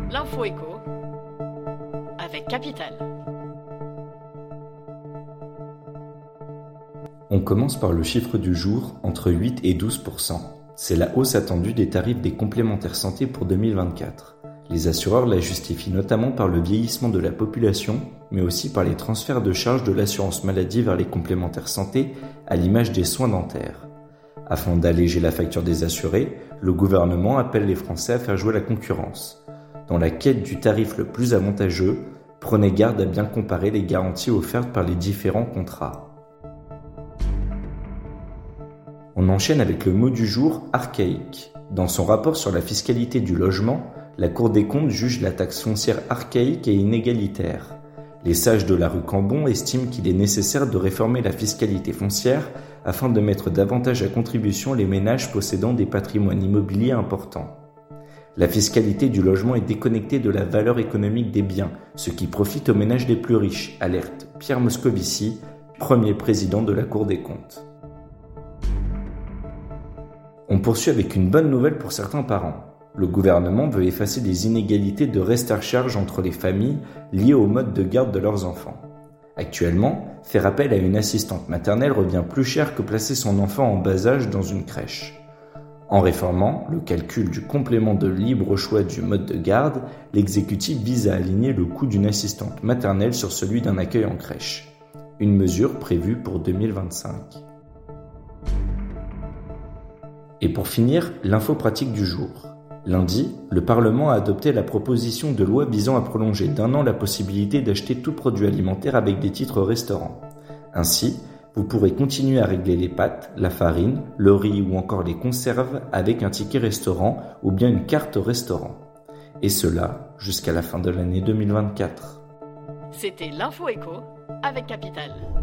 L'info éco avec Capital. On commence par le chiffre du jour, entre 8 et 12%. C'est la hausse attendue des tarifs des complémentaires santé pour 2024. Les assureurs la justifient notamment par le vieillissement de la population, mais aussi par les transferts de charges de l'assurance maladie vers les complémentaires santé, à l'image des soins dentaires. Afin d'alléger la facture des assurés, le gouvernement appelle les Français à faire jouer la concurrence. Dans la quête du tarif le plus avantageux, prenez garde à bien comparer les garanties offertes par les différents contrats. On enchaîne avec le mot du jour archaïque. Dans son rapport sur la fiscalité du logement, la Cour des comptes juge la taxe foncière archaïque et inégalitaire. Les sages de la rue Cambon estiment qu'il est nécessaire de réformer la fiscalité foncière afin de mettre davantage à contribution les ménages possédant des patrimoines immobiliers importants. La fiscalité du logement est déconnectée de la valeur économique des biens, ce qui profite aux ménages les plus riches, alerte Pierre Moscovici, premier président de la Cour des comptes. On poursuit avec une bonne nouvelle pour certains parents. Le gouvernement veut effacer les inégalités de reste à charge entre les familles liées au mode de garde de leurs enfants. Actuellement, faire appel à une assistante maternelle revient plus cher que placer son enfant en bas âge dans une crèche. En réformant le calcul du complément de libre choix du mode de garde, l'exécutif vise à aligner le coût d'une assistante maternelle sur celui d'un accueil en crèche. Une mesure prévue pour 2025. Et pour finir, l'info pratique du jour. Lundi, le Parlement a adopté la proposition de loi visant à prolonger d'1 an la possibilité d'acheter tout produit alimentaire avec des titres restaurants. Ainsi, vous pourrez continuer à régler les pâtes, la farine, le riz ou encore les conserves avec un ticket restaurant ou bien une carte restaurant. Et cela jusqu'à la fin de l'année 2024. C'était l'info éco avec Capital.